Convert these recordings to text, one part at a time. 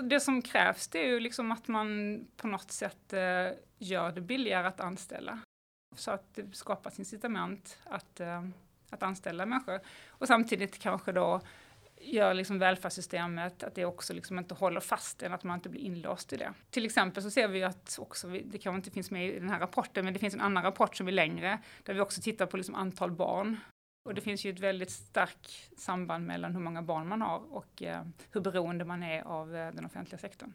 det som krävs det är ju liksom att man på något sätt gör det billigare att anställa. Så att det skapas incitament att anställa människor. Och samtidigt kanske då gör liksom välfärdssystemet att det också liksom inte håller fast än, att man inte blir inlåst i det. Till exempel så ser vi att också, det kanske inte finns med i den här rapporten, men det finns en annan rapport som är längre där vi också tittar på liksom antal barn. Och det finns ju ett väldigt starkt samband mellan hur många barn man har och hur beroende man är av den offentliga sektorn.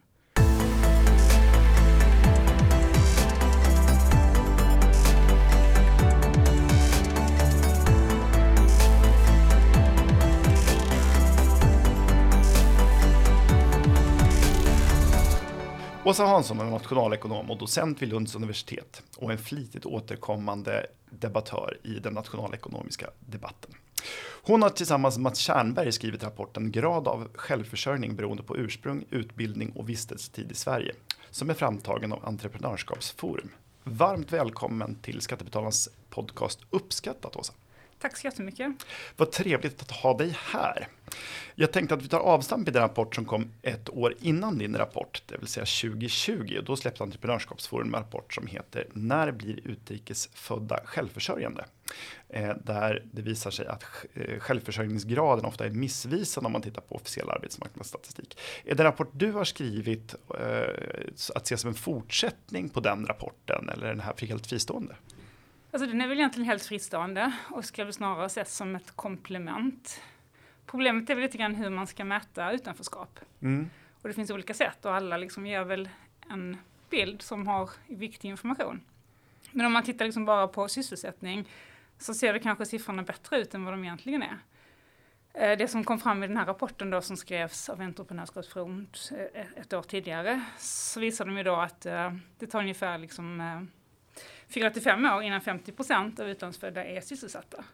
Åsa Hansson är nationalekonom och docent vid Lunds universitet och en flitigt återkommande debattör i den nationalekonomiska debatten. Hon har tillsammans med Mats Tjärnberg skrivit rapporten Grad av självförsörjning beroende på ursprung, utbildning och vistelsetid i Sverige, som är framtagen av Entreprenörskapsforum. Varmt välkommen till Skattebetalarnas podcast Uppskattat, Åsa. Tack så jättemycket. Vad trevligt att ha dig här. Jag tänkte att vi tar avstamp i den rapport som kom ett år innan din rapport, det vill säga 2020. Och då släppte Entreprenörskapsforum en rapport som heter När blir utrikesfödda självförsörjande? Där det visar sig att självförsörjningsgraden ofta är missvisande om man tittar på officiell arbetsmarknadsstatistik. Är den rapport du har skrivit att se som en fortsättning på den rapporten, eller är den här helt fristående? Alltså den är väl egentligen helt fristående och ska väl snarare ses som ett komplement. Problemet är väl lite grann hur man ska mäta utanförskap. Och det finns olika sätt och alla liksom ger väl en bild som har viktig information. Men om man tittar liksom bara på sysselsättning så ser det kanske siffrorna bättre ut än vad de egentligen är. Det som kom fram i den här rapporten då, som skrevs av Entreprenörskapsforum ett år tidigare, så visar de ju då att det tar ungefär liksom 4-5 år innan 50% av utlandsfödda är sysselsatta.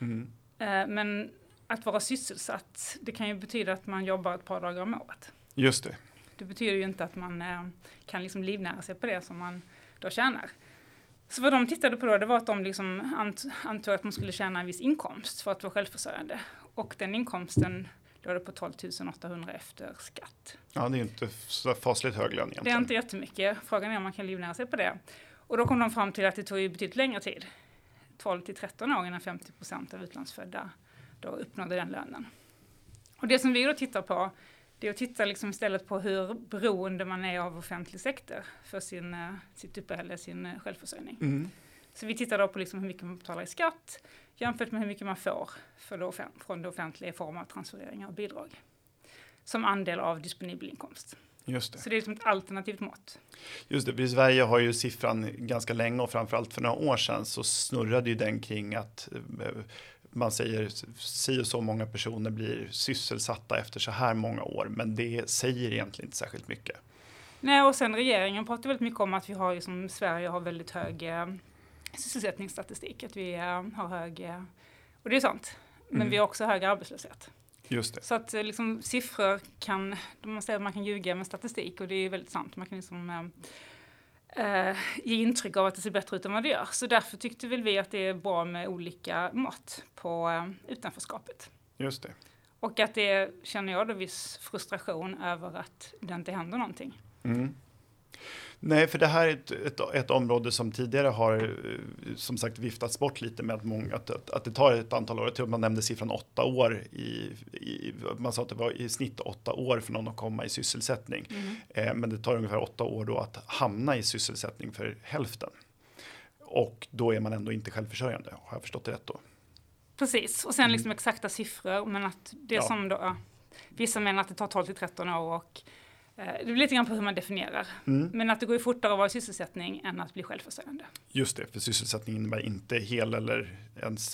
Men att vara sysselsatt, det kan ju betyda att man jobbar ett par dagar om året. Just det. Det betyder ju inte att man kan liksom livnära sig på det som man då tjänar. Så vad de tittade på då, det var att de liksom antog att man skulle tjäna en viss inkomst för att vara självförsörjande. Och den inkomsten låg det på 12 800 efter skatt. Ja, det är inte så fasligt hög lön egentligen. Det är inte jättemycket. Frågan är om man kan livnära sig på det. Och då kom de fram till att det tog ju betydligt längre tid. 12-13 år innan 50% av utlandsfödda då uppnådde den lönen. Och det som vi då tittar på, det är att titta liksom istället på hur beroende man är av offentlig sektor för sitt uppehälle, sin självförsörjning. Så vi tittar då på liksom hur mycket man betalar i skatt jämfört med hur mycket man får från det offentliga i form av transfereringar och bidrag som andel av disponibel inkomst. Just det. Så det är som ett alternativt mått. Just det, i Sverige har ju siffran ganska länge och framförallt för några år sedan så snurrade ju den kring att man säger si och så många personer blir sysselsatta efter så här många år, men det säger egentligen inte särskilt mycket. Nej, och sen regeringen pratar väldigt mycket om att vi har som Sverige har väldigt hög sysselsättningsstatistik, att vi har hög, och det är sant, men vi har också hög arbetslöshet. Just det. Så att liksom, siffror man säger att man kan ljuga med statistik och det är väldigt sant. Man kan liksom ge intryck av att det ser bättre ut än vad det gör. Så därför tyckte väl vi att det är bra med olika mått på utanförskapet. Just det. Och att det känner jag då viss frustration över att det inte händer någonting. Nej, för det här är ett område som tidigare har som sagt viftats bort lite med att det tar ett antal år. Jag tror man nämnde siffran 8 år. Man sa att det var i snitt 8 år för någon att komma i sysselsättning. Men det tar ungefär 8 år då att hamna i sysselsättning för hälften. Och då är man ändå inte självförsörjande. Har jag förstått det rätt då? Precis, och sen liksom exakta siffror. Men att det som då, vissa menar att det tar 12-13 år och det blir lite grann på hur man definierar. Men att det går ju fortare att vara i sysselsättning än att bli självförsörjande. Just det, för sysselsättning innebär inte hel eller ens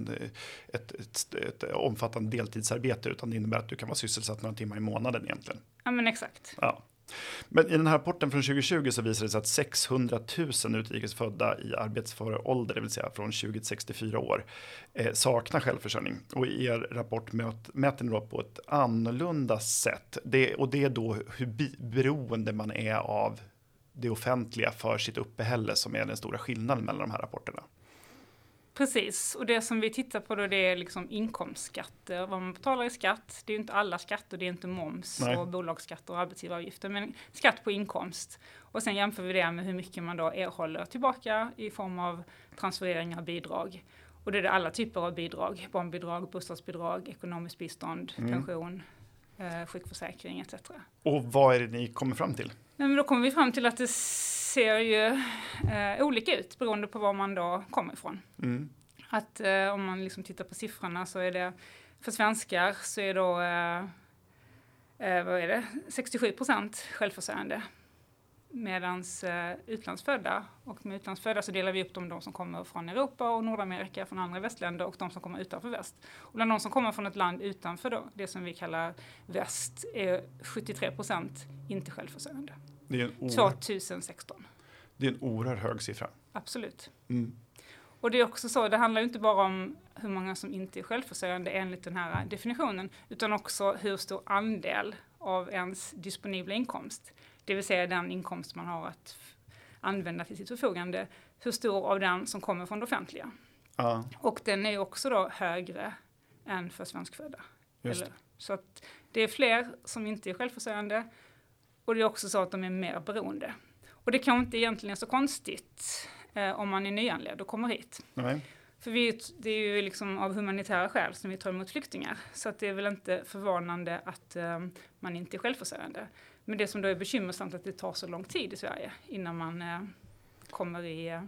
ett omfattande deltidsarbete, utan det innebär att du kan vara sysselsatt några timmar i månaden egentligen. Ja, men exakt. Ja. Men i den här rapporten från 2020 så visar det sig att 600 000 utrikesfödda i arbetsför ålder, det vill säga från 20 till 64 år, saknar självförsörjning. Och i er rapport mäter ni då på ett annorlunda sätt. Och det är då hur beroende man är av det offentliga för sitt uppehälle som är den stora skillnaden mellan de här rapporterna. Precis, och det som vi tittar på då det är liksom inkomstskatter, vad man betalar i skatt. Det är ju inte alla skatter, det är inte moms och bolagsskatter och arbetsgivaravgifter, men skatt på inkomst. Och sen jämför vi det med hur mycket man då erhåller tillbaka i form av transfereringar och bidrag. Och det är alla typer av bidrag, barnbidrag, bostadsbidrag, ekonomiskt bistånd, pension, sjukförsäkring etc. Och vad är det ni kommer fram till? Nej, men då kommer vi fram till att det ser ju olika ut beroende på var man då kommer ifrån. Att om man liksom tittar på siffrorna så är det för svenskar så är då 67% självförsörjande. Medan utlandsfödda, och med utlandsfödda så delar vi upp de som kommer från Europa och Nordamerika, från andra västländer och de som kommer utanför väst. Och bland de som kommer från ett land utanför då, det som vi kallar väst, är 73% inte självförsörjande. Det är 2016. Det är en oerhört hög siffra. Absolut. Och det är också så, det handlar ju inte bara om hur många som inte är självförsörjande enligt den här definitionen, utan också hur stor andel av ens disponibla inkomst, det vill säga den inkomst man har att använda till sitt förfogande, hur stor av den som kommer från det offentliga. Och den är ju också då högre än för svenskfödda. Så att det är fler som inte är självförsörjande, och det är också så att de är mer beroende. Och det kan inte egentligen så konstigt om man är nyanländ och kommer hit. Nej. För det är ju liksom av humanitära skäl som vi tar emot flyktingar. Så att det är väl inte förvånande att man inte är självförsörjande. Men det som då är bekymmersamt är att det tar så lång tid i Sverige innan man kommer in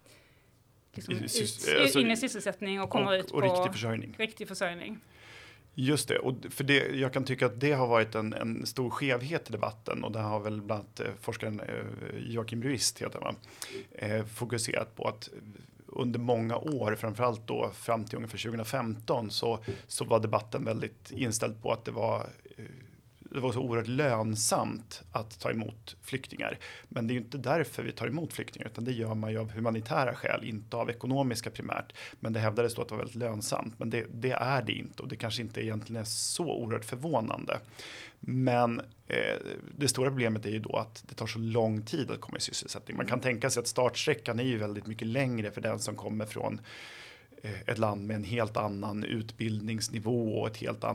i sysselsättning och kommer ut på riktig försörjning. Just det, och för det, jag kan tycka att det har varit en stor skevhet i debatten, och det har väl bland annat forskaren Joakim Ruist fokuserat på att under många år, framförallt då fram till ungefär 2015, så var debatten väldigt inställd på att det var så oerhört lönsamt att ta emot flyktingar. Men det är ju inte därför vi tar emot flyktingar, utan det gör man ju av humanitära skäl, inte av ekonomiska primärt. Men det hävdades då att det var väldigt lönsamt, men det är det inte, och det kanske inte egentligen är så oerhört förvånande. Men det stora problemet är ju då att det tar så lång tid att komma i sysselsättning. Man kan tänka sig att startsträckan är ju väldigt mycket längre för den som kommer från ett land med en helt annan utbildningsnivå och ett helt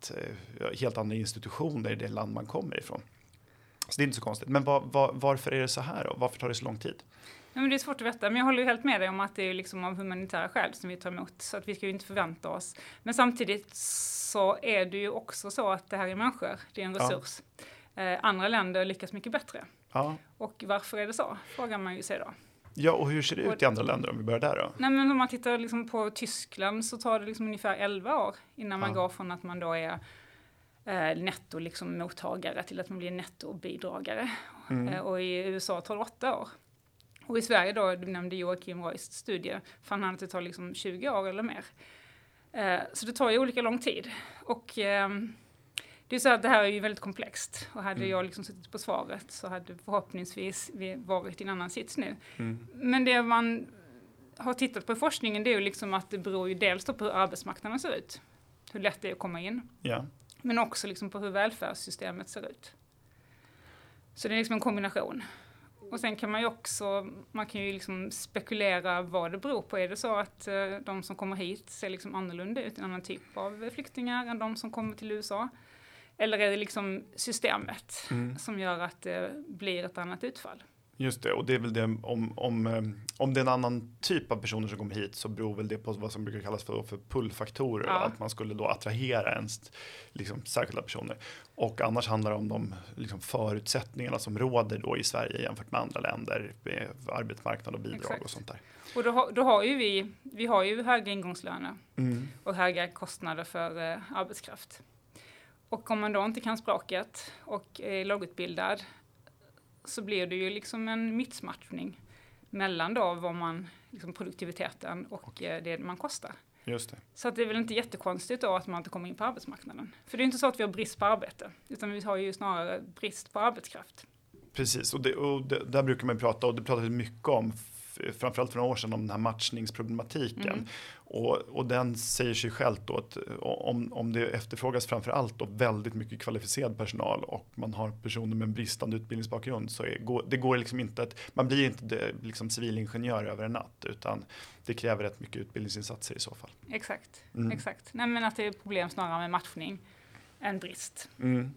andra institutioner i det land man kommer ifrån. Så det är inte så konstigt. Men varför är det så här då? Varför tar det så lång tid? Ja, men det är svårt att veta, men jag håller ju helt med dig om att det är liksom av humanitära skäl som vi tar emot, så att vi ska ju inte förvänta oss. Men samtidigt så är det ju också så att det här är människor, det är en resurs. Andra länder lyckas mycket bättre. Och varför är det så? Frågar man ju sig då. Ja, och hur ser det ut i andra länder om vi börjar där då? Nej, men om man tittar liksom på Tyskland så tar det liksom ungefär 11 år innan man går från att man då är netto liksom mottagare till att man blir nettobidragare. Och i USA tar det 8 år. Och i Sverige då, du nämnde Joakim Ruists studie, fann han att det tar liksom 20 år eller mer. Så det tar ju olika lång tid. Och det är så att det här är ju väldigt komplext, och hade jag liksom suttit på svaret så hade förhoppningsvis vi varit i en annan sits nu. Men det man har tittat på i forskningen, det är ju liksom att det beror ju dels på hur arbetsmarknaden ser ut, hur lätt det är att komma in, men också liksom på hur välfärdssystemet ser ut. Så det är liksom en kombination. Och sen kan man ju också, man kan ju liksom spekulera vad det beror på. Är det så att de som kommer hit ser liksom annorlunda ut, en annan typ av flyktingar än de som kommer till USA? Eller är det liksom systemet som gör att det blir ett annat utfall? Just det, och det är väl det, om det är en annan typ av personer som kommer hit, så beror väl det på vad som brukar kallas för pullfaktorer. Att man skulle då attrahera ens liksom särskilda personer. Och annars handlar det om de liksom förutsättningarna som råder då i Sverige jämfört med andra länder, med arbetsmarknad och bidrag och sånt där. Och då har ju vi har ju höga ingångslöner och höga kostnader för arbetskraft. Och om man då inte kan språket och är lågutbildad, så blir det ju liksom en missmatchning mellan då vad man, liksom produktiviteten och det man kostar. Just det. Så att det är väl inte jättekonstigt då att man inte kommer in på arbetsmarknaden. För det är inte så att vi har brist på arbete, utan vi har ju snarare brist på arbetskraft. Precis, och där brukar man prata, och det pratar vi mycket om framförallt för några år sedan om den här matchningsproblematiken. Och den säger sig själv då att om det efterfrågas framförallt då väldigt mycket kvalificerad personal och man har personer med en bristande utbildningsbakgrund så det går liksom inte att, man blir inte liksom civilingenjör över en natt, utan det kräver rätt mycket utbildningsinsatser i så fall. Exakt. Nej, men att det är problem snarare med matchning än brist.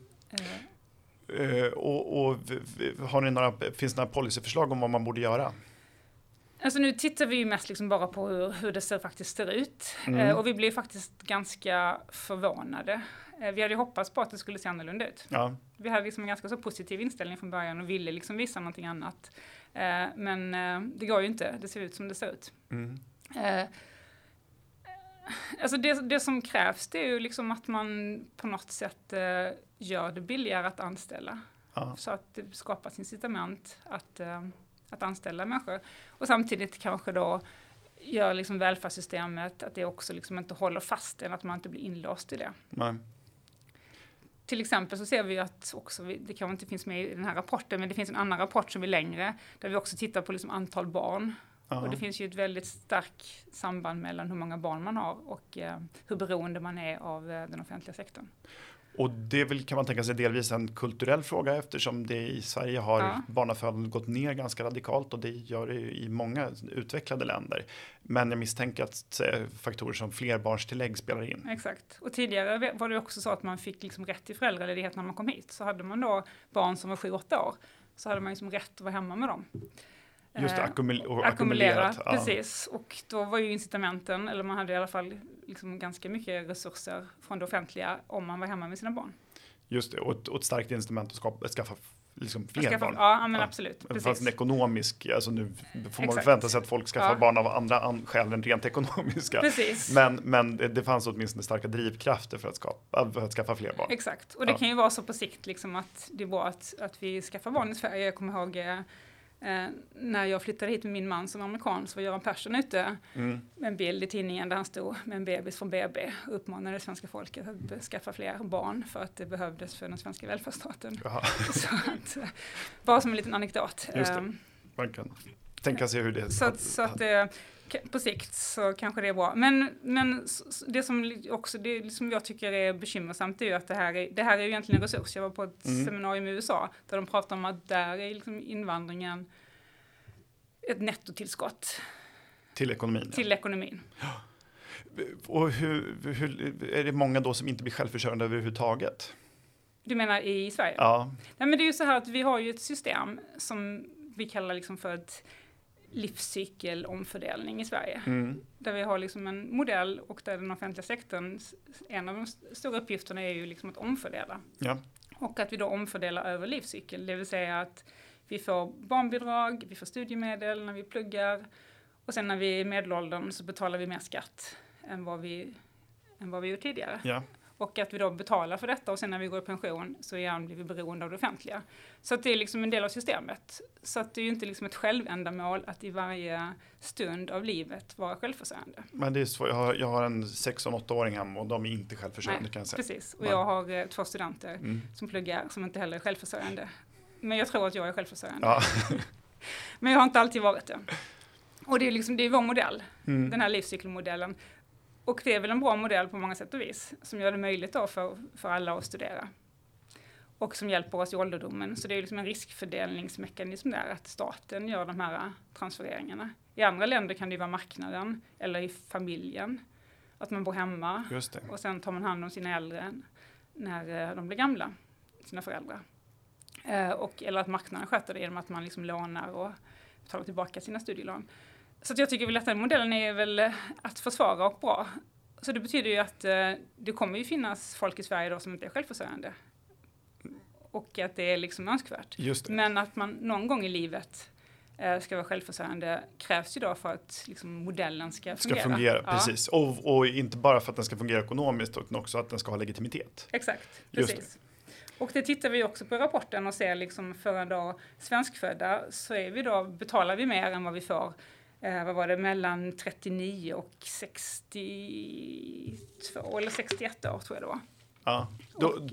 Finns det några policyförslag om vad man borde göra? Alltså nu tittar vi ju mest liksom bara på hur det faktiskt ser ut. Och vi blir faktiskt ganska förvånade. Vi hade hoppats på att det skulle se annorlunda ut. Ja. Vi hade liksom en ganska så positiv inställning från början och ville liksom visa någonting annat. Men det går ju inte. Det ser ut som det ser ut. Alltså det som krävs, det är ju liksom att man på något sätt gör det billigare att anställa. Ja. Så att det skapas incitament att anställa människor. Och samtidigt kanske då gör liksom välfärdssystemet att det också liksom inte håller fast än, att man inte blir inlåst i det. Nej. Till exempel så ser vi att också, det kanske inte finns med i den här rapporten, men det finns en annan rapport som är längre, där vi också tittar på liksom antal barn. Uh-huh. Och det finns ju ett väldigt starkt samband mellan hur många barn man har och hur beroende man är av den offentliga sektorn. Och det kan man tänka sig delvis en kulturell fråga, eftersom det i Sverige har barnafödandet gått ner ganska radikalt, och det gör det i många utvecklade länder. Men jag misstänker att faktorer som flerbarnstillägg spelar in. Exakt. Och tidigare var det också så att man fick liksom rätt till föräldraledighet när man kom hit. Så hade man då barn som var 7-8 år, så hade man liksom rätt att vara hemma med dem. Just det, ackumulerat. Precis. Och då var ju incitamenten, eller man hade i alla fall liksom ganska mycket resurser från det offentliga om man var hemma med sina barn. Just det, och ett starkt incitament att skaffa liksom fler barn. Ja, men absolut. Det fanns en ekonomisk, alltså nu får man förvänta sig att folk skaffar barn av andra skäl än rent ekonomiska. Precis. Men det fanns åtminstone starka drivkrafter för att skaffa fler barn. Exakt, och det kan ju vara så på sikt liksom att det är bra att vi skaffar barn i Sverige. Jag kommer ihåg när jag flyttade hit med min man som amerikan, så var Göran Persson ute med en bild i tidningen där han stod med en bebis från BB och uppmanade svenska folket att skaffa fler barn för att det behövdes för den svenska välfärdsstaten. Så att, bara som en liten anekdot. Just det. Man kan tänka sig hur det är. Så att på sikt så kanske det är bra. Men det som också det som jag tycker är bekymmersamt är ju att det här är ju egentligen en resurs. Jag var på ett seminarium i USA där de pratar om att där är liksom invandringen ett nettotillskott. Till ekonomin. Till ekonomin. Ja. Och hur är det många då som inte blir självförsörjande överhuvudtaget? Du menar i Sverige? Ja. Nej, men det är ju så här att vi har ju ett system som vi kallar liksom för ett livscykelomfördelning i Sverige. Där vi har liksom en modell, och där den offentliga sektorn, en av de stora uppgifterna är ju liksom att omfördela. Ja. Och att vi då omfördelar över livscykel, det vill säga att vi får barnbidrag, vi får studiemedel när vi pluggar, och sen när vi är medelåldern så betalar vi mer skatt än vad vi gjort tidigare. Ja. Och att vi då betalar för detta, och sen när vi går i pension så blir vi beroende av det offentliga. Så att det är liksom en del av systemet. Så att det är ju inte liksom ett självändamål att i varje stund av livet vara självförsörjande. Men det är så, jag har en 6- och 8-åring hemma och de är inte självförsörjande. Kan jag säga. Precis, och jag har 2 studenter som pluggar som inte heller är självförsörjande. Men jag tror att jag är självförsörjande. Ja. Men jag har inte alltid varit det. Och det är vår modell, den här livscykelmodellen. Och det är väl en bra modell på många sätt och vis, som gör det möjligt då för alla att studera. Och som hjälper oss i ålderdomen. Så det är liksom en riskfördelningsmekanism där, att staten gör de här transfereringarna. I andra länder kan det ju vara marknaden eller i familjen. Att man bor hemma och sen tar man hand om sina äldre när de blir gamla, sina föräldrar. Eller att marknaden sköter det genom att man liksom lånar och betalar tillbaka sina studielån. Så att jag tycker väl att den modellen är väl att försvara och bra. Så det betyder ju att det kommer ju finnas folk i Sverige då som inte är självförsörjande. Och att det är liksom önskvärt. Men att man någon gång i livet ska vara självförsörjande krävs ju då för att liksom modellen ska fungera. Precis. Och inte bara för att den ska fungera ekonomiskt, utan också att den ska ha legitimitet. Exakt, precis. Och det tittar vi också på i rapporten och ser liksom för då svenskfödda så betalar vi mer än vad vi får. Vad var det, mellan 39 och 62 eller 61 år tror jag det var. Ja,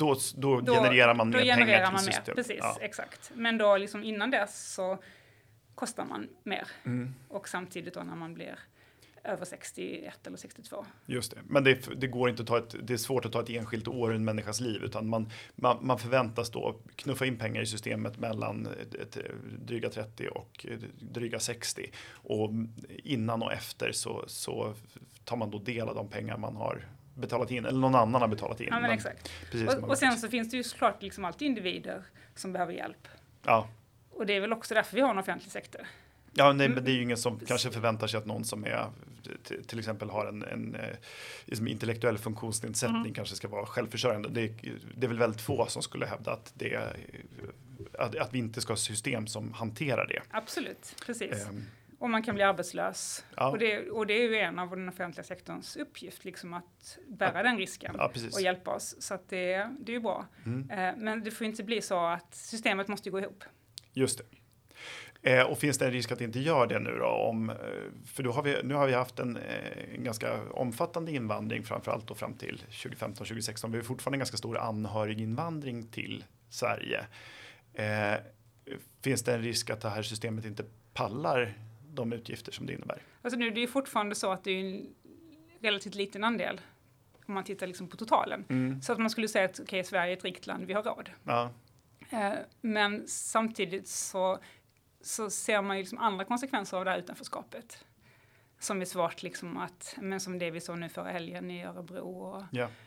då genererar man mer pengar till systemet. Precis, exakt. Men då liksom innan dess så kostar man mer. Och samtidigt då när man blir över 61 eller 62. Just det. Men det går inte att det är svårt att ta ett enskilt år i en människas liv, utan man förväntas då knuffa in pengar i systemet mellan dryga 30 och dryga 60. Och innan och efter så tar man då del av de pengar man har betalat in, eller någon annan har betalat in. Ja, men exakt. Och sen så finns det ju såklart liksom alltid individer som behöver hjälp. Ja. Och det är väl också därför vi har en offentlig sektor. Ja, nej, men det är ju ingen som kanske förväntar sig att någon som är, till exempel har en liksom intellektuell funktionsnedsättning kanske ska vara självförsörjande. Det är väl väldigt få som skulle hävda att vi inte ska ha system som hanterar det. Absolut, precis. Och man kan bli arbetslös. Ja. Och det är ju en av den offentliga sektorns uppgift, liksom att bära den risken och hjälpa oss. Så att det är ju bra. Men det får inte bli så att systemet måste gå ihop. Just det. Och finns det en risk att det inte gör det nu då? För nu har vi haft en ganska omfattande invandring, framförallt då fram till 2015-2016. Vi har fortfarande en ganska stor anhöriginvandring till Sverige. Finns det en risk att det här systemet inte pallar de utgifter som det innebär? Alltså nu, det är ju fortfarande så att det är en relativt liten andel om man tittar liksom på totalen. Så att man skulle säga att Sverige är ett rikt land, vi har råd. Ja. Men samtidigt så ser man ju liksom andra konsekvenser av det här utanförskapet. Som är svårt liksom men som det vi såg nu förra helgen i Örebro.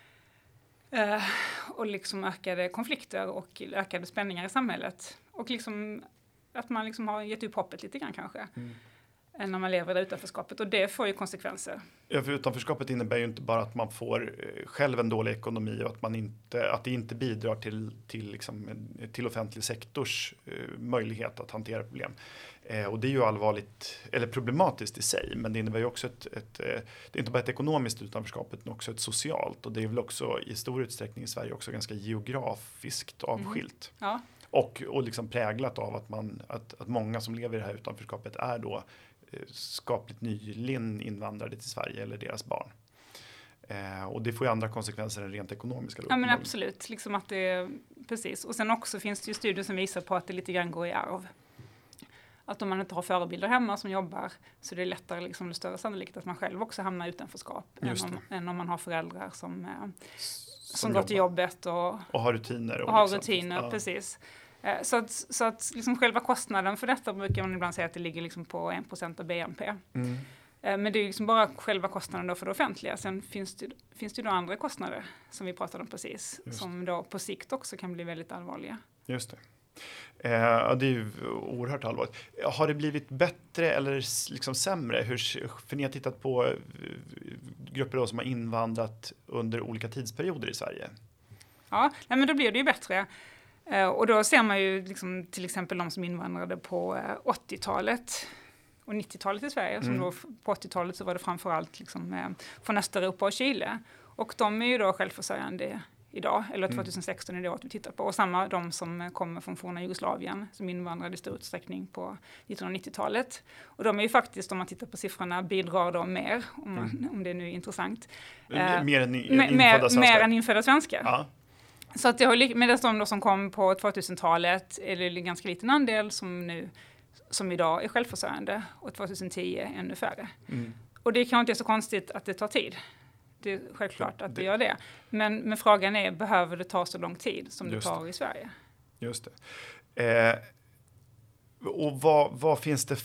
Och liksom ökade konflikter och ökade spänningar i samhället. Och liksom att man liksom har gett upp hoppet lite grann kanske. När man lever i det utanförskapet. Och det får ju konsekvenser. Ja, för utanförskapet innebär ju inte bara att man får själv en dålig ekonomi och att det inte bidrar till offentlig sektors möjlighet att hantera problem. Och det är ju allvarligt, eller problematiskt i sig, men det innebär ju också det är inte bara ett ekonomiskt utanförskap utan också ett socialt. Och det är väl också i stor utsträckning i Sverige också ganska geografiskt avskilt. Ja. Och liksom präglat av att många som lever i det här utanförskapet är då skapligt nyligen invandrade till Sverige eller deras barn. Och det får ju andra konsekvenser än rent ekonomiska. Ja, men absolut. Liksom att det, precis. Och sen också finns det ju studier som visar på att det lite grann går i arv. Att om man inte har förebilder hemma som jobbar så det är lättare, liksom, det större sannolikt att man själv också hamnar i utanförskap än om man har föräldrar som går till jobbet och har rutiner. Och har rutiner, precis. Så att liksom själva kostnaden för detta brukar man ibland säga att det ligger liksom på 1% av BNP. Men det är liksom bara själva kostnaden då för det offentliga. Sen finns det då andra kostnader som vi pratade om precis. Som då på sikt också kan bli väldigt allvarliga. Just det. Det är ju oerhört allvarligt. Har det blivit bättre eller liksom sämre? För ni har tittat på grupper då som har invandrat under olika tidsperioder i Sverige. Ja, men då blir det ju bättre. Och då ser man ju liksom, till exempel de som invandrade på 80-talet och 90-talet i Sverige. Som då, på 80-talet så var det framförallt liksom, från Östeuropa och Chile. Och de är ju då självförsörjande idag, eller 2016 är det året vi tittar på. Och samma de som kommer från forna Jugoslavien som invandrade i stor utsträckning på 1990-talet. Och de är ju faktiskt, om man tittar på siffrorna, bidrar de mer, om det nu är intressant. Mer än infödda svenskar. Ja. Så att det har medan de som kom på 2000-talet är det en ganska liten andel som idag är självförsörjande och 2010 ännu färre. Och det kan inte vara så konstigt att det tar tid. Det är självklart att det gör det. Men frågan är, behöver det ta så lång tid som det tar i Sverige? Just det. Och vad finns det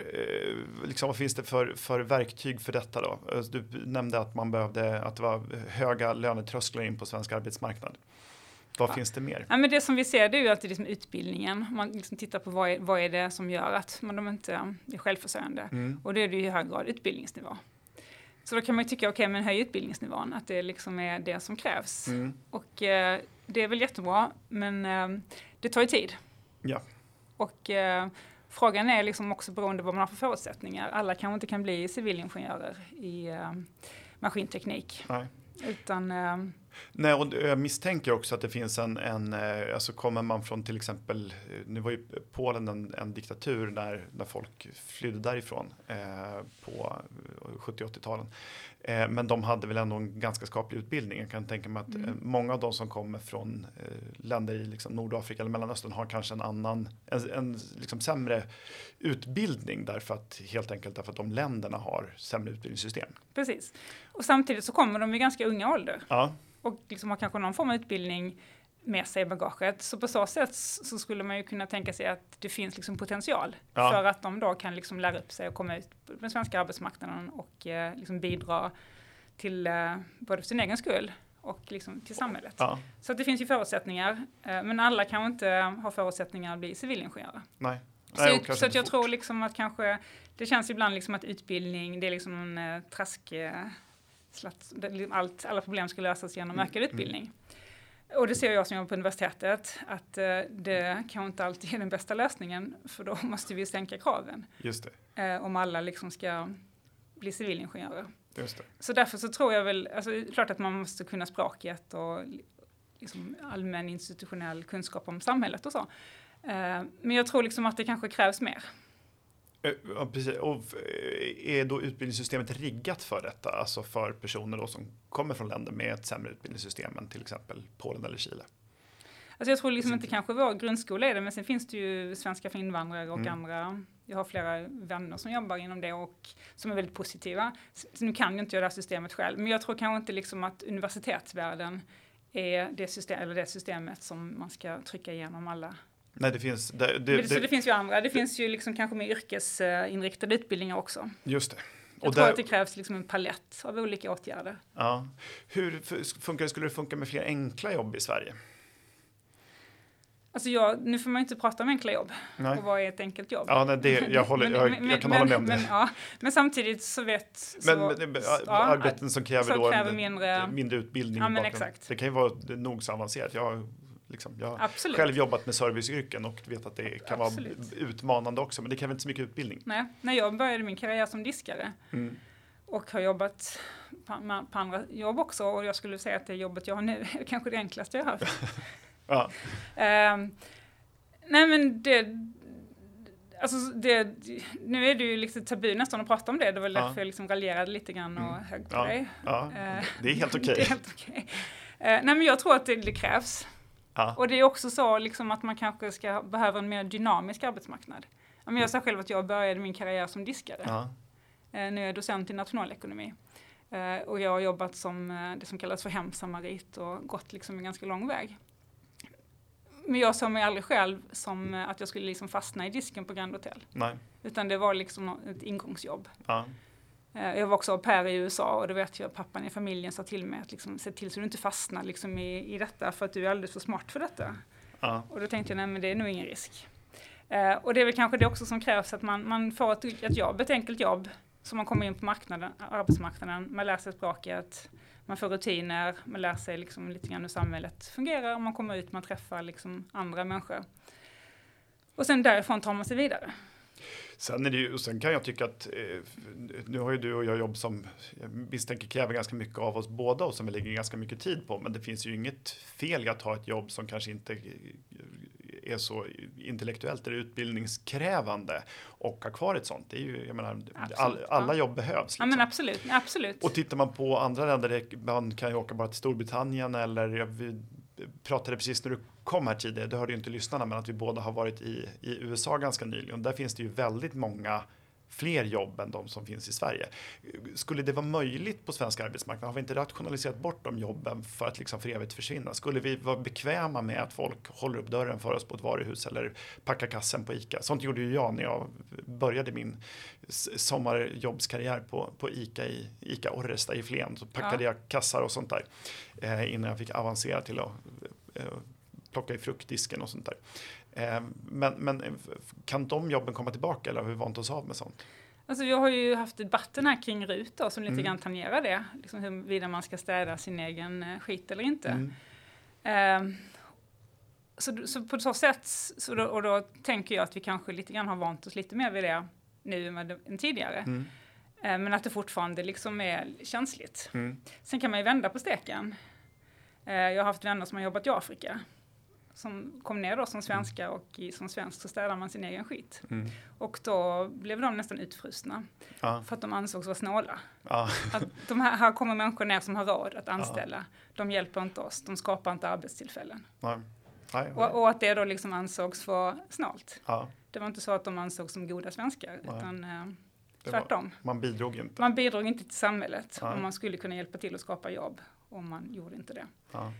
för verktyg för detta då? Du nämnde att att det var höga lönetrösklar in på svensk arbetsmarknad. Vad finns det mer? Ja, men det som vi ser det är ju alltid liksom utbildningen. Man liksom tittar på vad är det som gör att de inte är självförsörjande. Och det är det ju i hög grad utbildningsnivå. Så då kan man ju tycka, men höj utbildningsnivån, att det liksom är det som krävs. Och det är väl jättebra, men det tar ju tid. Ja. Och frågan är liksom också beroende på vad man har för förutsättningar. Alla kanske inte kan bli civilingenjörer i maskinteknik. Nej. Utan Nej, och jag misstänker också att det finns alltså kommer man från till exempel, nu var ju Polen en diktatur när folk flydde därifrån på 70-80-talen. Men de hade väl ändå en ganska skaplig utbildning. Jag kan tänka mig att många av de som kommer från länder i liksom Nordafrika eller Mellanöstern har kanske en liksom sämre utbildning helt enkelt därför att de länderna har sämre utbildningssystem. Precis. Och samtidigt så kommer de i ganska unga ålder. Ja. Och liksom har kanske någon form av utbildning med sig i bagaget. Så på så sätt så skulle man ju kunna tänka sig att det finns liksom potential för att de då kan liksom lära upp sig och komma ut på den svenska arbetsmarknaden och liksom bidra till både för sin egen skull och liksom till samhället. Ja. Så att det finns ju förutsättningar, men alla kan inte ha förutsättningar att bli civilingenjörer. Nej. Så att jag tror liksom att kanske, det känns ibland liksom att utbildning, det är liksom en alla problem ska lösas genom ökad utbildning. Och det ser jag som jobbar på universitetet, att det kan inte alltid är den bästa lösningen, för då måste vi sänka kraven. Just det. Om alla liksom ska bli civilingenjörer. Just det. Så därför så tror jag väl, alltså klart att man måste kunna språket och liksom allmän institutionell kunskap om samhället och så. Men jag tror liksom att det kanske krävs mer. Ja, precis. Och är då utbildningssystemet riggat för detta? Alltså för personer då som kommer från länder med ett sämre utbildningssystem än till exempel Polen eller Chile? Alltså jag tror liksom inte kanske vår grundskola är det, men sen finns det ju svenska för invandrare och andra. Jag har flera vänner som jobbar inom det och som är väldigt positiva. Så nu kan jag inte göra det här systemet själv, men jag tror kanske inte liksom att universitetsvärlden är det systemet som man ska trycka igenom alla. Nej, det finns... Så det finns ju andra. Det finns ju liksom kanske mer yrkesinriktade utbildningar också. Just det. Jag tror att det krävs liksom en palett av olika åtgärder. Ja. Hur skulle det funka med fler enkla jobb i Sverige? Alltså nu får man inte prata om enkla jobb. Nej. Och vad är ett enkelt jobb? Ja, nej, jag kan hålla med om det. Men samtidigt så arbeten som kräver då mindre utbildning. Ja, men exakt. Det kan ju vara nog så avancerat. Jag har själv jobbat med serviceyrken och vet att det kan vara utmanande också. Men det kräver inte så mycket utbildning. Nej, när jag började min karriär som diskare och har jobbat på andra jobb också. Och jag skulle säga att det jobbet jag har nu är kanske det enklaste jag har haft. Ja. Nej, men nu är det ju liksom tabu nästan att prata om det. Det var därför jag liksom raljerade lite grann och högg på dig. Ja, det är helt okej. Det är helt okej. Nej, men jag tror att det krävs. Ja. Och det är också så liksom att man kanske behöver en mer dynamisk arbetsmarknad. Jag sa själv att jag började min karriär som diskare. Ja. Nu är jag docent i nationalekonomi. Och jag har jobbat som det som kallas för hemsamarit och gått liksom en ganska lång väg. Men jag såg mig aldrig själv som att jag skulle liksom fastna i disken på Grand Hotel. Nej. Utan det var liksom ett ingångsjobb. Ja. Jag var också au pair i USA och då vet jag att pappan i familjen sa till mig att liksom, se till så du inte fastnar liksom i detta för att du är alldeles för smart för detta. Ja. Och då tänkte jag, nej men det är nog ingen risk. Och det är väl kanske det också som krävs att man får ett enkelt jobb så man kommer in på arbetsmarknaden, man lär sig språket, man får rutiner, man lär sig liksom lite grann hur samhället fungerar och man kommer ut, man träffar liksom andra människor. Och sen därifrån tar man sig vidare. Sen kan jag tycka att nu har ju du och jag jobb som jag misstänker kräver ganska mycket av oss båda och som vi lägger ganska mycket tid på. Men det finns ju inget fel i att ha ett jobb som kanske inte är så intellektuellt eller utbildningskrävande och ha kvar ett sånt. Det är ju, jag menar, alla jobb behövs. Liksom. Ja, men absolut. Och tittar man på andra länder, man kan ju åka bara till Storbritannien eller vi pratade precis när du kom här tidigare, det hörde ju inte lyssnarna, men att vi båda har varit i USA ganska nyligen. Där finns det ju väldigt många fler jobb än de som finns i Sverige. Skulle det vara möjligt på svensk arbetsmarknad? Har vi inte rationaliserat bort de jobben för att liksom för evigt försvinna? Skulle vi vara bekväma med att folk håller upp dörren för oss på ett varuhus eller packar kassen på ICA? Sånt gjorde ju jag när jag började min sommarjobbskarriär på ICA Orresta i Flen. Så packade jag kassar och sånt där innan jag fick avancera till att plocka i fruktdisken och sånt där. Men kan de jobben komma tillbaka eller har vi vant oss av med sånt? Alltså jag har ju haft debatten här kring RUT då, som lite grann tangerar det. Liksom huruvida man ska städa sin egen skit eller inte. Så på så sätt, och då tänker jag att vi kanske lite grann har vant oss lite mer vid det nu än tidigare. Men att det fortfarande liksom är känsligt. Sen kan man ju vända på steken. Jag har haft vänner som har jobbat i Afrika som kom ner då som svenskar och som svensk så städar man sin egen skit. Och då blev de nästan utfrusna för att de ansågs vara snåla. Att de här kommer människor ner som har råd att anställa. De hjälper inte oss, de skapar inte arbetstillfällen. Nej. Och att det då liksom ansågs vara snålt. Det var inte så att de ansågs som goda svenskar, utan tvärtom. Man bidrog inte. Man bidrog inte till samhället och man skulle kunna hjälpa till att skapa jobb om man gjorde inte det.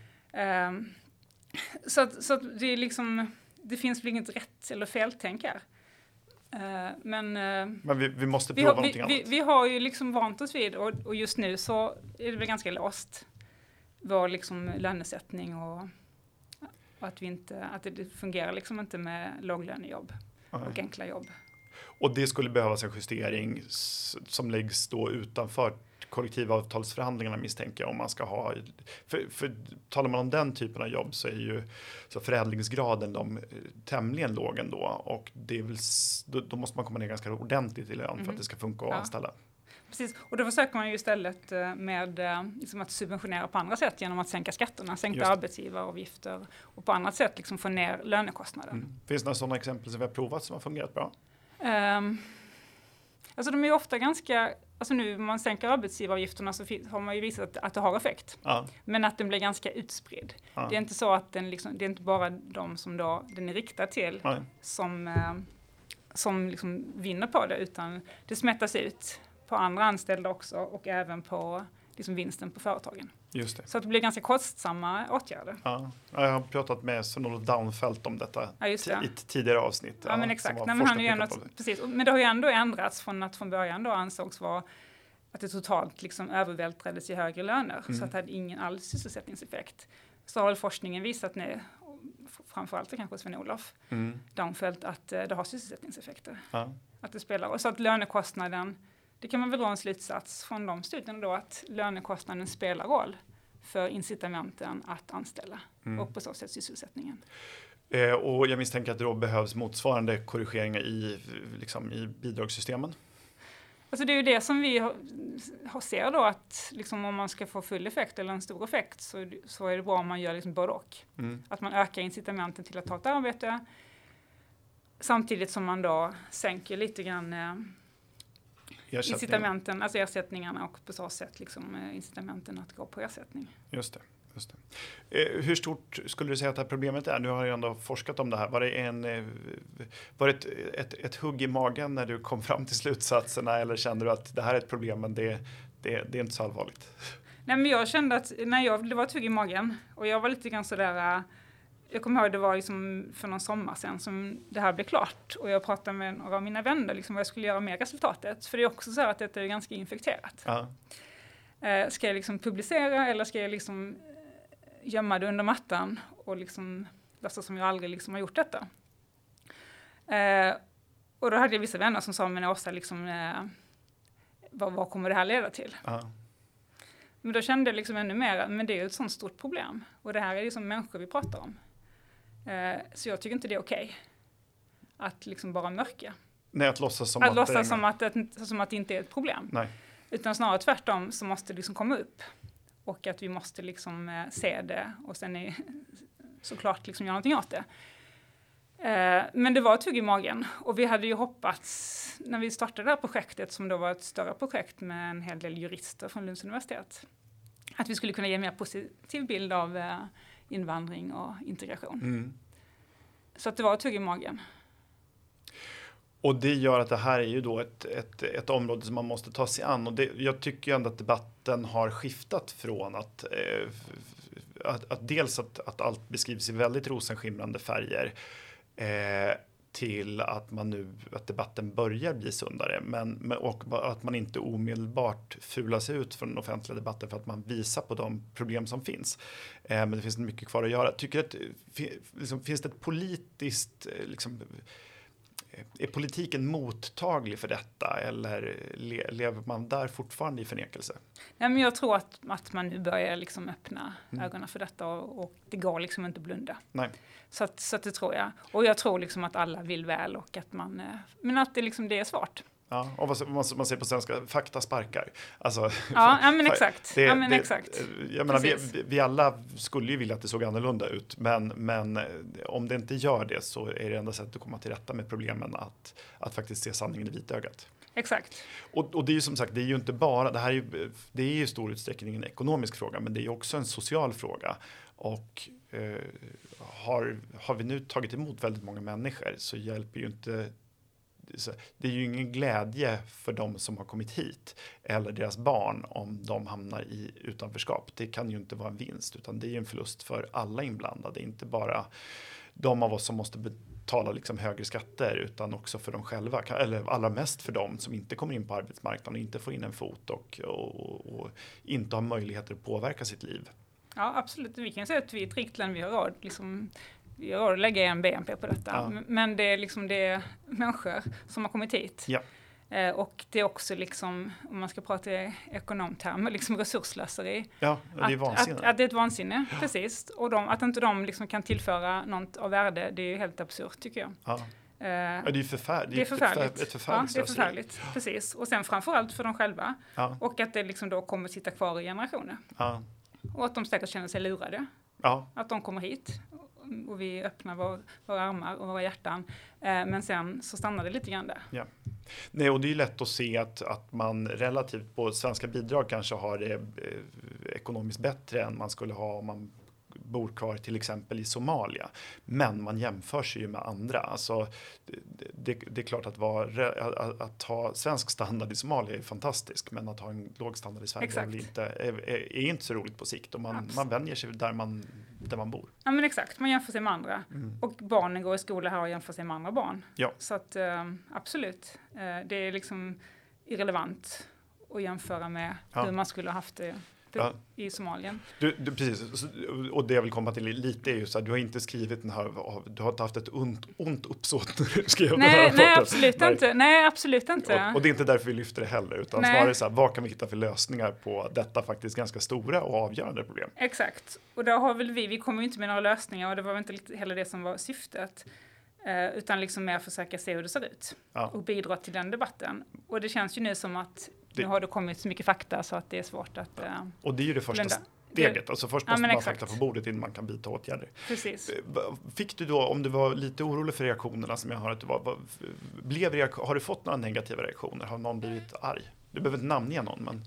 Så det är liksom, det finns väl inget rätt eller feltänk här. Men vi måste prova någonting annat. Vi har ju liksom vant oss vid och just nu så är det väl ganska låst vår liksom lönesättning och att det fungerar liksom inte med låglönejobb och enkla jobb. Och det skulle behövas en justering som läggs då utanför kollektivavtalsförhandlingarna misstänker jag om man ska ha, för talar man om den typen av jobb så är ju så förädlingsgraden tämligen låg ändå och det är väl, då måste man komma ner ganska ordentligt i lön för att det ska funka att anställa. Precis, och då försöker man ju istället med liksom att subventionera på andra sätt genom att sänka skatterna, sänka arbetsgivaravgifter och på annat sätt liksom få ner lönekostnaden. Finns det några sådana exempel som vi har provat som har fungerat bra? Alltså de är ju ofta ganska, alltså nu när man sänker arbetsgivaravgifterna så har man ju visat att det har effekt. Men att den blir ganska utspridd. Det är inte så att den liksom, det är inte bara de som då den är riktad till som liksom vinner på det, utan det smättas ut på andra anställda också och även på liksom vinsten på företagen. Just det. Så att det blir ganska kostsamma åtgärder. Jag har pratat med Sven-Olof Daunfeldt om detta i ett tidigare avsnitt. Ja, men exakt. Nej, men han är ju precis. Men det har ju ändå ändrats från att från början då ansågs vara att det totalt liksom övervältrades i högre löner. Så att det hade ingen all sysselsättningseffekt. Så har forskningen visat nu, framförallt kanske Sven-Olof Daunfeldt, att det har sysselsättningseffekter. Att det spelar. Och så att lönekostnaden, det kan man väl dra en slutsats från de studierna då, att lönekostnaden spelar roll för incitamenten att anställa och på så sätt sysselsättningen. Och jag misstänker att det då behövs motsvarande korrigeringar i bidragssystemen. Alltså det är ju det som vi ser då, att liksom om man ska få full effekt eller en stor effekt så är det bra om man gör liksom både och. Att man ökar incitamenten till att ta ett arbete samtidigt som man då sänker lite grann incitamenten, alltså ersättningarna och på så sätt liksom incitamenten att gå på ersättning. Just det. Hur stort skulle du säga att det här problemet är? Nu har jag ändå forskat om det här. Var det ett hugg i magen när du kom fram till slutsatserna eller kände du att det här är ett problem men det är inte så allvarligt? Nej, men jag kände att det var ett hugg i magen och jag var lite grann sådär. Jag kommer ihåg det var liksom för någon sommar sedan som det här blev klart. Och jag pratade med några av mina vänner liksom vad jag skulle göra med resultatet. För det är också så att detta är ganska infekterat. Ska jag liksom publicera eller ska jag liksom gömma det under mattan och liksom låtsas som jag aldrig liksom har gjort detta? Och då hade jag vissa vänner som sa, men Åsa, liksom, vad kommer det här leda till? Men då kände jag liksom ännu mer, men det är ju ett sånt stort problem. Och det här är ju som människor vi pratar om. Så jag tycker inte det är okej att liksom bara mörka. Nej, att låtsas som att det inte är ett problem. Nej. Utan snarare tvärtom så måste det liksom komma upp. Och att vi måste liksom se det och sen såklart liksom göra någonting åt det. Men det var ett hugg i magen. Och vi hade ju hoppats, när vi startade det här projektet som då var ett större projekt med en hel del jurister från Lunds universitet, att vi skulle kunna ge en mer positiv bild av invandring och integration. Så att det var ett hugg i magen. Och det gör att det här är ju då ett område som man måste ta sig an. Och jag tycker ändå att debatten har skiftat från att dels att allt beskrivs i väldigt rosenskimrande färger till att att debatten börjar bli sundare. Och att man inte omedelbart fulas ut från den offentliga debatten för att man visar på de problem som finns. Men det finns mycket kvar att göra. Tycker att finns det ett politiskt är politiken mottaglig för detta eller lever man där fortfarande i förnekelse? Nej, men jag tror att man nu börjar liksom öppna ögonen för detta och det går liksom inte blunda. Nej. Så att det tror jag. Och jag tror liksom att alla vill väl och att men att det är svårt. Ja, och vad man säger på svenska, fakta sparkar. Alltså, ja, men exakt. Exakt. Jag menar, vi alla skulle ju vilja att det såg annorlunda ut, men om det inte gör det så är det enda sättet att komma till rätta med problemen att faktiskt se sanningen i vitögat. Exakt. Och det är ju som sagt, det är ju inte bara, det är ju i stor utsträckning en ekonomisk fråga, men det är ju också en social fråga. Och har vi nu tagit emot väldigt många människor så hjälper ju inte. Det är ju ingen glädje för de som har kommit hit eller deras barn om de hamnar i utanförskap. Det kan ju inte vara en vinst, utan det är ju en förlust för alla inblandade. Inte bara de av oss som måste betala liksom högre skatter, utan också för dem själva. Eller allra mest för dem som inte kommer in på arbetsmarknaden och inte får in en fot och inte har möjligheter att påverka sitt liv. Ja, absolut. Vi kan säga att vi är ett rikt land, vi har råd att lägga en BNP på detta. Ja. Men det är människor som har kommit hit. Ja. Och det är också om man ska prata i ekonomtermer, resursslöseri. Ja, det är vansinne. Att det är ett vansinne, precis. Och att inte de kan tillföra något av värde, det är ju helt absurt tycker jag. Ja. Det är ju förfärligt. Ett förfärligt. Ja, det är förfärligt, precis. Och sen framförallt för dem själva. Ja. Och att det då kommer sitta kvar i generationer. Ja. Och att de säkert känner sig lurade. Ja. Att de kommer hit och vi öppnar våra armar och våra hjärtan. Men sen så stannar det lite grann där. Ja. Nej, och det är ju lätt att se att man relativt på svenska bidrag kanske har det ekonomiskt bättre än man skulle ha om man bor kvar till exempel i Somalia. Men man jämför sig ju med andra. Alltså, det är klart att ha svensk standard i Somalia är fantastisk, men att ha en låg standard i Sverige är inte så roligt på sikt. Och man vänjer sig där man bor. Ja, men exakt. Man jämför sig med andra. Och barnen går i skola här och jämför sig med andra barn. Ja. Så att absolut. Det är irrelevant att jämföra med hur man skulle ha haft det i Somalien. Precis, och det jag vill komma till lite är ju så att du har inte skrivit den här, du har inte haft ett ont uppsåt när du skrev den här rapporten. Nej, absolut inte. Och det är inte därför vi lyfter det heller, utan snarare så här, vad kan vi hitta för lösningar på detta faktiskt ganska stora och avgörande problem? Exakt, och där har väl vi kommer ju inte med några lösningar, och det var inte heller det som var syftet. Utan mer försöka se hur det ser ut och bidra till den debatten. Och det känns ju nu som att nu har det kommit så mycket fakta så att det är svårt att och det är ju det första steget. Alltså först måste man ha fakta på bordet innan man kan vidta åtgärder. Precis. Fick du då, om du var lite orolig för reaktionerna som jag hör att du var, har du fått några negativa reaktioner? Har någon blivit arg? Du behöver inte namnge någon, men...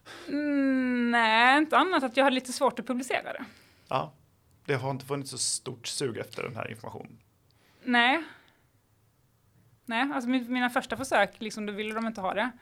Nej, inte annat att jag hade lite svårt att publicera det. Ja, det har inte funnits så stort sug efter den här informationen. Nej, alltså mina första försök, då ville de inte ha det.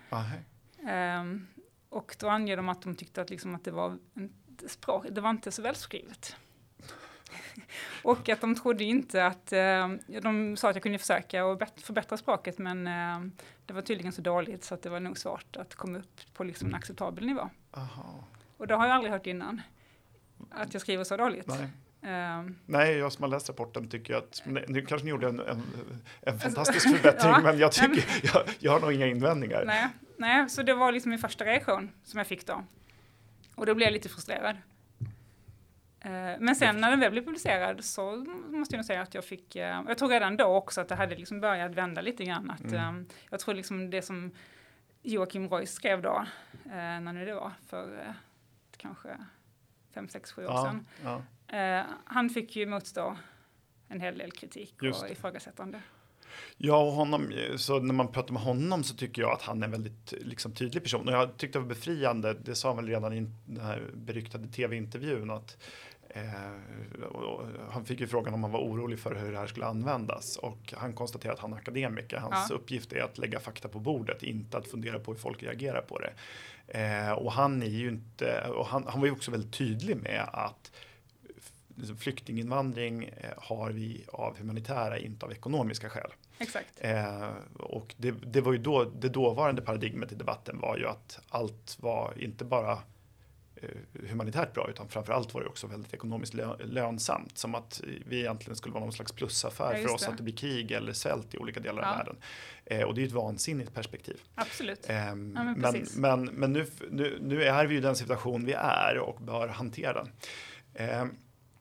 Och då anger de att de tyckte att det var språk, det var inte så välskrivet. Och att de trodde inte att, de sa att jag kunde försöka och förbättra språket, men det var tydligen så dåligt så att det var nog svårt att komma upp på en acceptabel nivå. Aha. Och det har jag aldrig hört innan, att jag skriver så dåligt. Nej. Nej, jag som har läst rapporten tycker att nu kanske ni gjorde en fantastisk förbättring, men jag tycker jag har nog inga invändningar. Nej, så det var min första reaktion som jag fick då. Och då blev jag lite frustrerad. Men sen när den väl blev publicerad så måste jag nog säga att jag fick, jag tror redan då också att det hade börjat vända lite grann. Att, jag tror det som Joakim Reuss skrev då, när nu det var för kanske 5, 6, 7 år sedan. Ja. Han fick ju motstå en hel del kritik och ifrågasättande. Ja, och så när man pratar med honom så tycker jag att han är en väldigt tydlig person. Och jag tyckte det var befriande, det sa han väl redan i den här beryktade tv-intervjun, att han fick ju frågan om han var orolig för hur det här skulle användas. Och han konstaterade att han är akademiker. Hans uppgift är att lägga fakta på bordet, inte att fundera på hur folk reagerar på det. Och han är ju inte, och han var ju också väldigt tydlig med att flyktinginvandring har vi av humanitära, inte av ekonomiska skäl. Exakt. Och det var ju då, det dåvarande paradigmet i debatten var ju att allt var inte bara humanitärt bra, utan framförallt var det också väldigt ekonomiskt lönsamt, som att vi egentligen skulle vara någon slags plusaffär för oss att det blir krig eller svält i olika delar av världen. Och det är ett vansinnigt perspektiv. Absolut. Men nu är vi ju i den situation vi är och bör hantera den.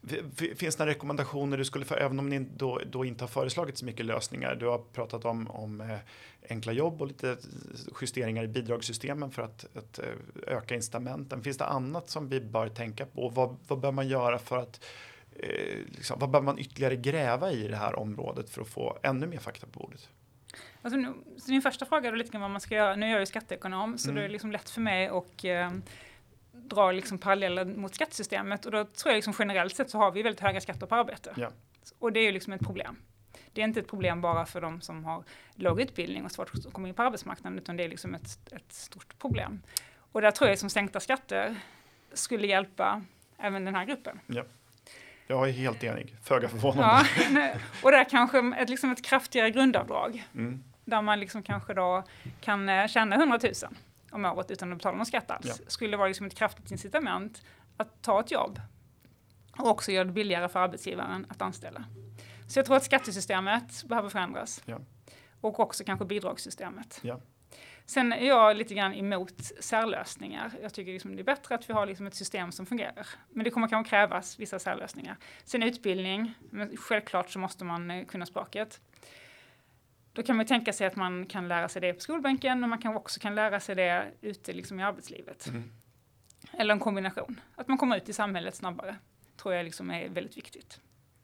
Finns det några rekommendationer du skulle få, även om ni då inte har föreslagit så mycket lösningar? Du har pratat om enkla jobb och lite justeringar i bidragssystemen för att öka incitamenten. Finns det annat som vi bör tänka på? Vad bör man göra för att vad bör man ytterligare gräva i det här området för att få ännu mer fakta på bordet? Alltså så din första fråga är lite grann vad man ska göra. Nu är jag ju skatteekonom, så det är liksom lätt för mig att dra liksom paralleller mot skattesystemet. Och då tror jag liksom generellt sett så har vi väldigt höga skatter på arbete. Ja. Och det är ju liksom ett problem. Det är inte ett problem bara för de som har låg utbildning och svårt att komma in på arbetsmarknaden, utan det är liksom ett stort problem. Och där tror jag som sänkta skatter skulle hjälpa även den här gruppen. Ja. Jag är helt enig, föga förvånande. Ja, och där kanske ett kraftigare grundavdrag. Där man liksom kanske då kan tjäna 100 000 om året utan att betala någon skatt alls. Ja. Skulle vara liksom ett kraftigt incitament att ta ett jobb. Och också göra det billigare för arbetsgivaren att anställa. Så jag tror att skattesystemet behöver förändras. Ja. Och också kanske bidragssystemet. Ja. Sen är jag lite grann emot särlösningar. Jag tycker liksom det är bättre att vi har liksom ett system som fungerar. Men det kommer kanske krävas vissa särlösningar. Sen utbildning, men självklart så måste man kunna språket. Då kan man tänka sig att man kan lära sig det på skolbänken, och man kan också lära sig det ute liksom i arbetslivet. Eller en kombination. Att man kommer ut i samhället snabbare tror jag liksom är väldigt viktigt.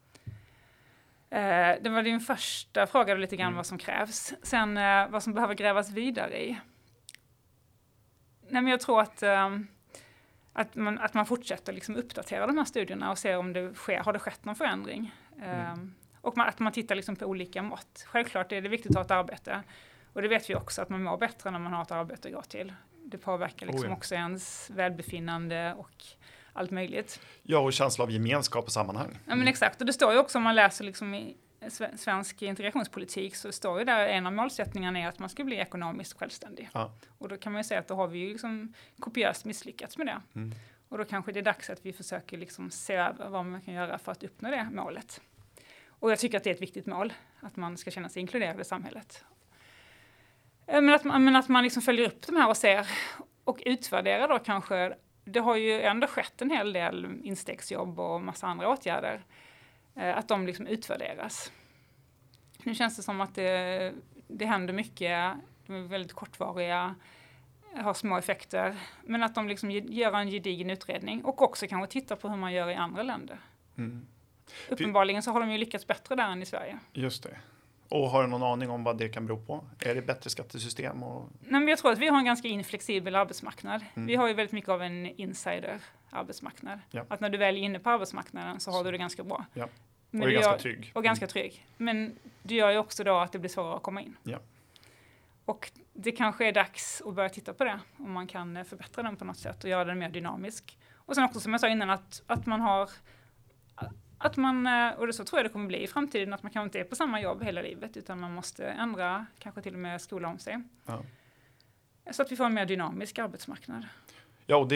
Det var din första fråga lite grann vad som krävs. Sen vad som behöver grävas vidare i. Nej, men jag tror att man fortsätter liksom uppdatera de här studierna och se om har det skett någon förändring. Och att man tittar liksom på olika mått. Självklart är det viktigt att ha ett arbete. Och det vet vi också, att man mår bättre när man har ett arbete att gå till. Det påverkar liksom också ens välbefinnande och allt möjligt. Ja, och känsla av gemenskap och sammanhang. Ja, men exakt. Och det står ju också, om man läser liksom i svensk integrationspolitik, så står ju där en av målsättningarna är att man ska bli ekonomiskt självständig. Ja. Och då kan man ju säga att då har vi ju liksom kopiöst misslyckats med det. Och då kanske det är dags att vi försöker liksom se över vad man kan göra för att uppnå det målet. Och jag tycker att det är ett viktigt mål, att man ska känna sig inkluderad i samhället. Men att man liksom följer upp de här och ser och utvärderar då kanske. Det har ju ändå skett en hel del instegsjobb och massa andra åtgärder. Att de liksom utvärderas. Nu känns det som att det händer mycket. De är väldigt kortvariga, har små effekter. Men att de liksom gör en gedigen utredning och också kanske tittar på hur man gör i andra länder. Uppenbarligen så har de ju lyckats bättre där än i Sverige. Just det. Och har du någon aning om vad det kan bero på? Är det bättre skattesystem? Nej, men jag tror att vi har en ganska inflexibel arbetsmarknad. Vi har ju väldigt mycket av en insider-arbetsmarknad. Ja. Att när du väl är inne på arbetsmarknaden så har du det ganska bra. Ja. Men och är ganska trygg. Och ganska trygg. Men det gör ju också då att det blir svårare att komma in. Ja. Och det kanske är dags att börja titta på det. Om man kan förbättra den på något sätt och göra den mer dynamisk. Och sen också som jag sa innan att man har... och det så tror jag det kommer bli i framtiden, att man kanske inte är på samma jobb hela livet, utan man måste ändra, kanske till och med skola om sig. Ja. Så att vi får en mer dynamisk arbetsmarknad. Ja, och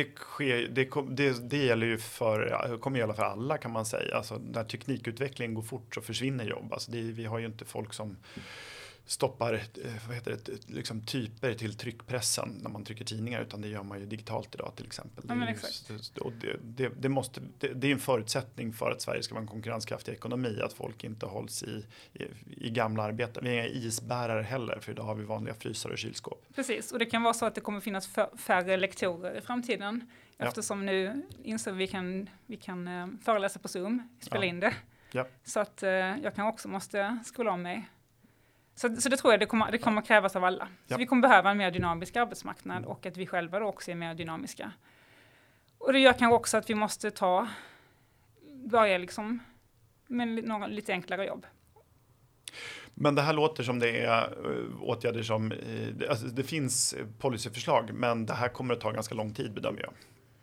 det gäller ju kommer gälla för alla, kan man säga. Alltså, när teknikutvecklingen går fort så försvinner jobb. Alltså, vi har ju inte folk som stoppar liksom typer till tryckpressen när man trycker tidningar, utan det gör man ju digitalt idag till exempel. Ja, men exakt. Det är en förutsättning för att Sverige ska vara en konkurrenskraftig ekonomi, att folk inte hålls i gamla arbeten. Vi är inga isbärare heller, för idag har vi vanliga frysar och kylskåp. Precis, och det kan vara så att det kommer finnas färre lektorer i framtiden, eftersom nu inser vi kan föreläsa på Zoom, spela in det. Ja. Så att jag kan också måste skola om mig. Så det tror jag det kommer krävas av alla. Så vi kommer behöva en mer dynamisk arbetsmarknad och att vi själva då också är mer dynamiska. Och det gör kanske också att vi måste börja liksom med några lite enklare jobb. Men det här låter som det är åtgärder som, alltså det finns policyförslag, men det här kommer att ta ganska lång tid, bedömer jag.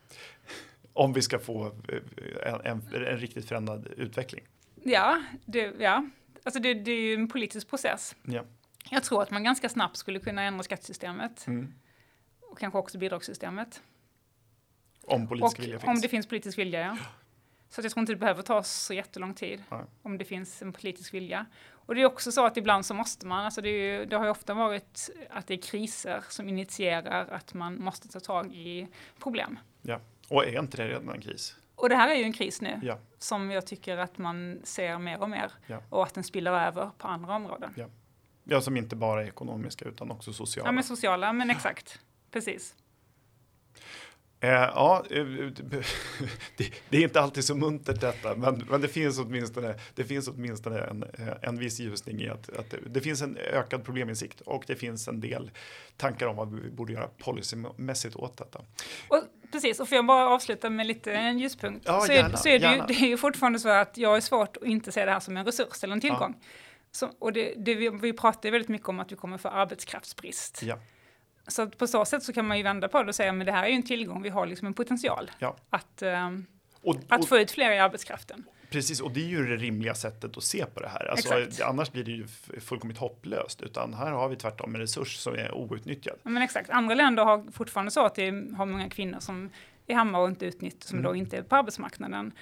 Om vi ska få en riktigt förändrad utveckling. Alltså det är ju en politisk process. Ja. Jag tror att man ganska snabbt skulle kunna ändra skattesystemet. Och kanske också bidragssystemet. Om politisk vilja finns. Om det finns politisk vilja, ja. Så att jag tror inte det behöver ta så jättelång tid. Ja. Om det finns en politisk vilja. Och det är också så att ibland så måste man, alltså det har ju ofta varit att det är kriser som initierar att man måste ta tag i problem. Ja, och är inte det redan en kris? Och det här är ju en kris nu Ja. som jag tycker att man ser mer och mer Ja. och att den spiller över på andra områden. Ja. Ja, som inte bara är ekonomiska utan också sociala. Ja, men sociala, men exakt. Precis. Det är inte alltid så muntert detta, men det finns åtminstone en viss ljusning i att det finns en ökad probleminsikt och det finns en del tankar om vad vi borde göra policymässigt åt detta. Och, precis, och får jag bara avsluta med lite en ljuspunkt. Ja, så gärna, är det är ju fortfarande så att jag är svårt att inte se det här som en resurs eller en tillgång. Ja. Och vi pratar ju väldigt mycket om att vi kommer få arbetskraftsbrist. Ja. Så att på så sätt så kan man ju vända på det och säga men det här är ju en tillgång, vi har liksom en potential att få ut fler i arbetskraften. Precis, och det är ju det rimliga sättet att se på det här. Alltså, annars blir det ju fullkomligt hopplöst, utan här har vi tvärtom en resurs som är outnyttjad. Ja, men exakt, andra länder har fortfarande så att det har många kvinnor som är hemma och inte utnyttjas, som då inte är på arbetsmarknaden.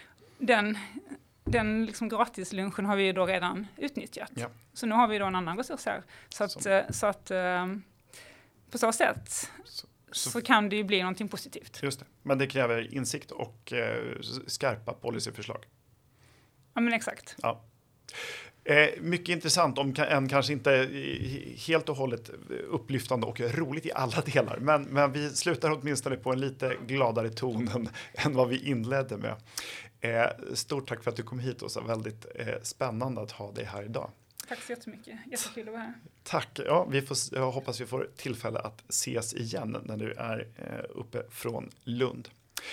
Den liksom gratislunchen har vi ju då redan utnyttjat. Ja. Så nu har vi då en annan resurs här. Så att på så sätt så kan det ju bli någonting positivt. Just det, men det kräver insikt och skarpa policyförslag. Ja, men exakt. Ja. Mycket intressant, om kanske inte helt och hållet upplyftande och roligt i alla delar. Men vi slutar åtminstone på en lite gladare ton än vad vi inledde med. Stort tack för att du kom hit, Åsa. Väldigt spännande att ha dig här idag. Tack så jättemycket. Jättekul att vara här. Tack. Ja, jag hoppas vi får tillfälle att ses igen när du är uppe från Lund.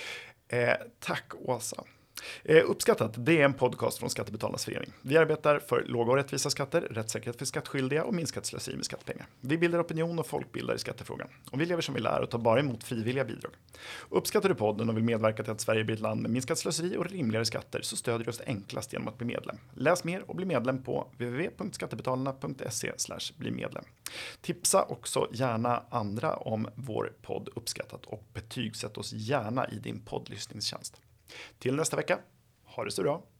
Tack, Åsa. Uppskattat, det är en podcast från Skattebetalarnas förening. Vi arbetar för låga och rättvisa skatter, rättssäkerhet för skattskyldiga och minskat slöseri med skattepengar. Vi bildar opinion och folkbildar i skattefrågan. Och vi lever som vi lär och tar bara emot frivilliga bidrag. Uppskattar du podden och vill medverka till att Sverige blir ett land med minskat slöseri och rimligare skatter, så stödjer du oss enklast genom att bli medlem. Läs mer och bli medlem på www.skattebetalarna.se/bli medlem. Tipsa också gärna andra om vår podd Uppskattat och betygsätt oss gärna i din poddlyssningstjänst. Till nästa vecka, ha det så bra!